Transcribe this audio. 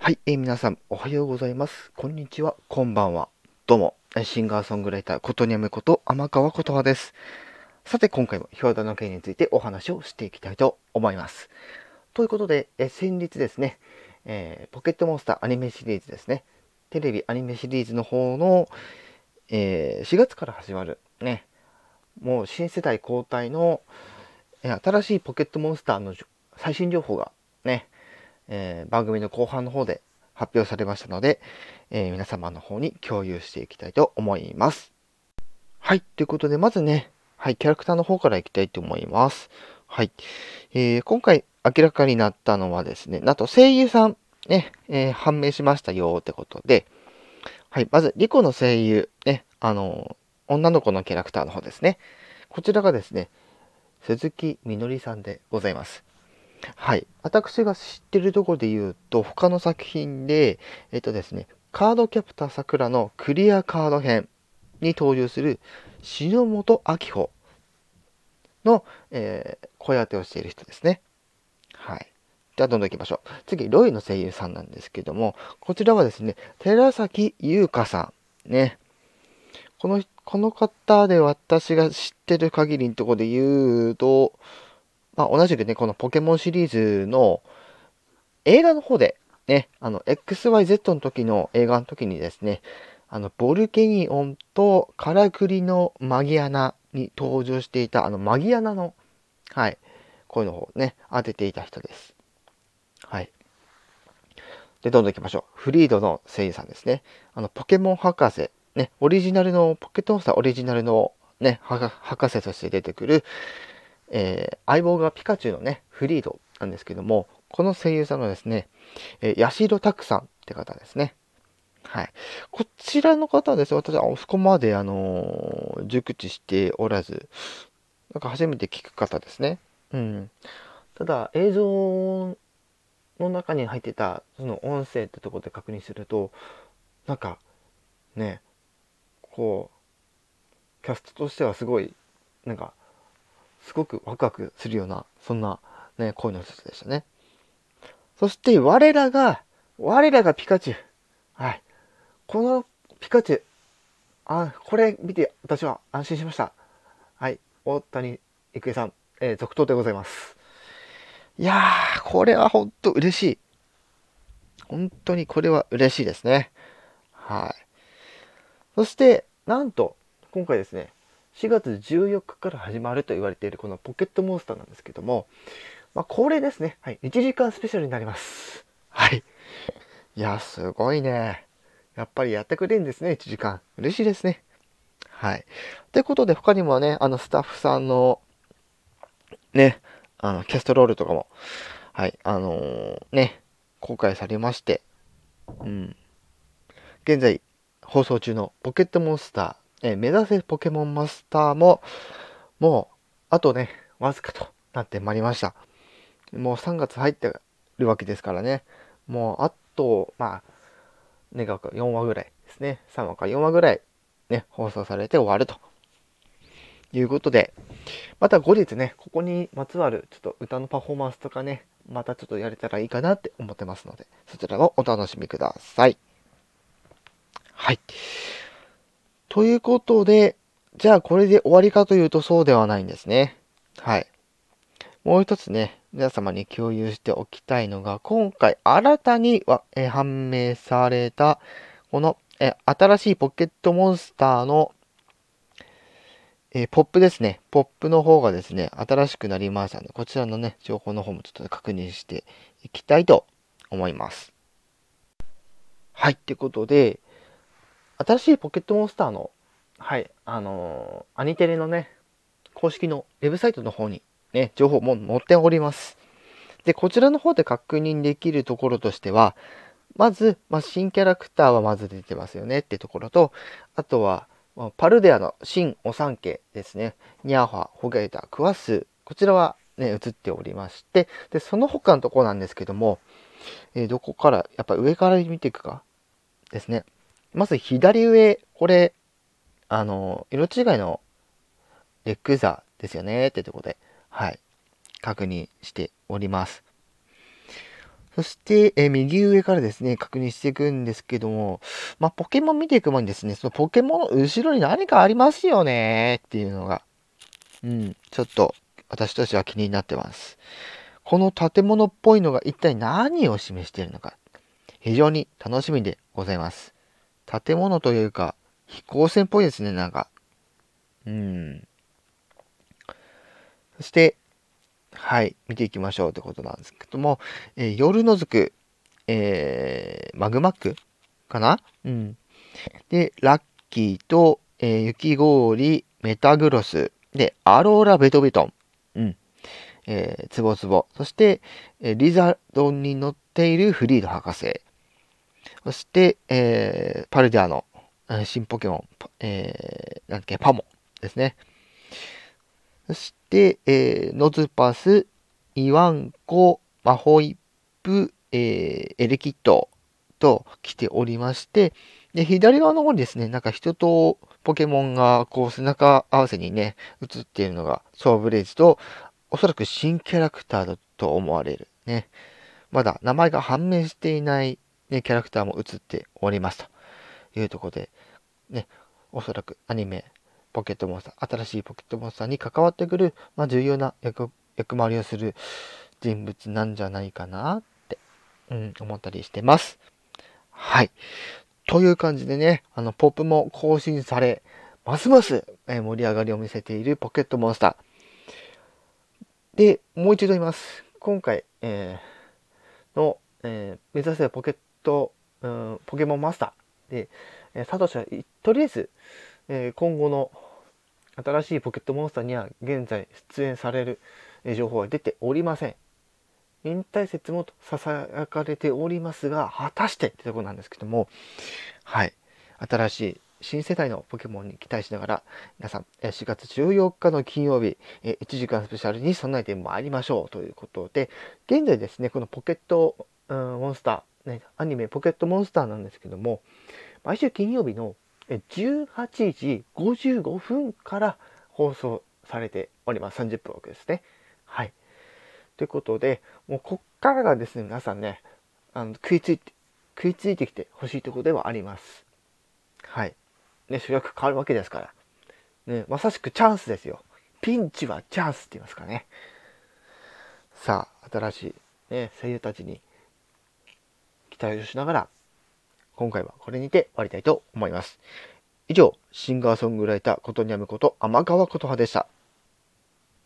はい、皆さんおはようございます。こんにちは、こんばんは。どうも、シンガーソングライターことにゃむこと天川琴葉です。さて、今回も表題の件についてお話をしていきたいと思います。ということで、先日ですね、ポケットモンスターアニメシリーズですね、テレビアニメシリーズの方の、4月から始まるね、もう新世代交代の、新しいポケットモンスターの最新情報がね、番組の後半の方で発表されましたので、皆様の方に共有していきたいと思います。はい、ということで、まずね、はい、キャラクターの方からいきたいと思います。はい、今回明らかになったのはですね、なんと声優さん、ね、判明しましたよってことで、はい、まず、リコの声優、ね、女の子のキャラクターの方ですね。こちらがですね、鈴木みのりさんでございます。はい。私が知ってるところで言うと、他の作品で、ですね、カードキャプターさくらのクリアカード編に登場する篠本明穂の、声当てをしている人ですね。はい。じゃあどんどん行きましょう。次、ロイの声優さんなんですけども、こちらはですね、寺崎優香さん。ね。この方で私が知ってる限りのところで言うと、まあ、同じくね、このポケモンシリーズの映画の方で、ね、XYZ の時の映画の時にですね、ボルケニオンとカラクリのマギアナに登場していた、マギアナの、はい、声の方ね、当てていた人です。はい。で、どんどん行きましょう。フリードの声優さんですね。ポケモン博士、ね、オリジナルの、ポケットモンスターオリジナルの、ね、博士として出てくる、相棒がピカチュウのね、フリードなんですけども、この声優さんがですね、八代拓さんって方ですね。はい。こちらの方はですね、私はそこまで、熟知しておらず、なんか初めて聞く方ですね。うん。ただ、映像の中に入ってた、その音声ってところで確認すると、なんか、ね、こう、キャストとしてはすごい、なんか、すごくワクワクするような、そんな、ね、声の人でしたね。そして、我らがピカチュウ。はい。このピカチュウ、これ見て私は安心しました。はい。大谷育恵さん、続投でございます。いやー、これは本当嬉しい。本当にこれは嬉しいですね。はい。そして、なんと、今回ですね、4月14日から始まると言われているこのポケットモンスターなんですけども、まあ、恒例ですね。はい。1時間スペシャルになります。はい。いや、すごいね。やっぱりやってくれるんですね、1時間。嬉しいですね。はい。ということで、他にもね、スタッフさんのね、キャストロールとかも、はい、ね、公開されまして、うん、現在放送中のポケットモンスター、目指せポケモンマスターも、もう、あとね、わずかとなってまいりました。もう3月入ってるわけですからね、もうあと、まあ、願うか4話ぐらいですね、3話か4話ぐらい、ね、放送されて終わるということで、また後日ね、ここにまつわるちょっと歌のパフォーマンスとかね、またちょっとやれたらいいかなって思ってますので、そちらもお楽しみください。はい。ということで、じゃあこれで終わりかというとそうではないんですね。はい。もう一つね、皆様に共有しておきたいのが、今回新たに判明された、この新しいポケットモンスターのポップですね。ポップの方がですね、新しくなりましたので、こちらのね、情報の方もちょっと確認していきたいと思います。はい、ってことで、新しいポケットモンスターの、はい、アニテレのね、公式のウェブサイトの方にね、情報も載っております。で、こちらの方で確認できるところとしては、まず、新キャラクターはまず出てますよねってところと、あとは、パルデアの新御三家ですね。ニャーハ、ホゲータ、クワス。こちらはね、映っておりまして、で、その他のところなんですけども、どこから、やっぱ上から見ていくかですね。まず左上、これ、色違いのレックザですよねってところで、はい、確認しております。 そして、右上からですね、確認していくんですけども、ポケモン見ていく前にですね、そのポケモンの後ろに何かありますよねっていうのが、ちょっと私としては気になってます。この建物っぽいのが一体何を示しているのか、非常に楽しみでございます。建物というか、飛行船っぽいですね、なんか。そして、はい、見ていきましょうってことなんですけども、夜のづく、マグマックかな。で、ラッキーと、雪氷、メタグロス、で、アローラ・ベトベトン、ツボツボ、そして、リザドンに乗っているフリード博士、そして、パルデアの新ポケモン、なんだっけ、パモですね。そして、ノズパス、イワンコ、マホイップ、エレキットと来ておりまして、で、左側の方にですね、なんか人とポケモンがこう背中合わせにね、映っているのがソーブレイズと、おそらく新キャラクターだと思われるね。まだ名前が判明していない、ね、キャラクターも映っておりますというところで、ね、おそらくアニメ、ポケットモンスター、新しいポケットモンスターに関わってくる、重要な役回りをする人物なんじゃないかなって、思ったりしてます。はい。という感じでね、ポップも更新され、ますます、盛り上がりを見せているポケットモンスター。で、もう一度言います。今回、の、目指せポケット、ポケモンマスターで、サトシはとりあえず、今後の新しいポケットモンスターには現在出演される情報は出ておりません。引退説も囁かれておりますが、果たしてってところなんですけども、はい。新しい新世代のポケモンに期待しながら、皆さん、4月14日の金曜日、1時間スペシャルに備えてまいりましょうということで、現在ですね、このポケット、モンスター、ね、アニメポケットモンスターなんですけども、毎週金曜日の18時55分から放送されております。30分枠ですね。はい。ということで、もうこっからがですね、皆さんね、食いついてきてほしいところではあります。はい。ね、主役変わるわけですから。ね、まさしくチャンスですよ。ピンチはチャンスって言いますかね。さあ、新しい、ね、声優たちに期待をしながら、今回はこれにて終わりたいと思います。以上、シンガーソングライターことにゃむこと天川琴葉でした。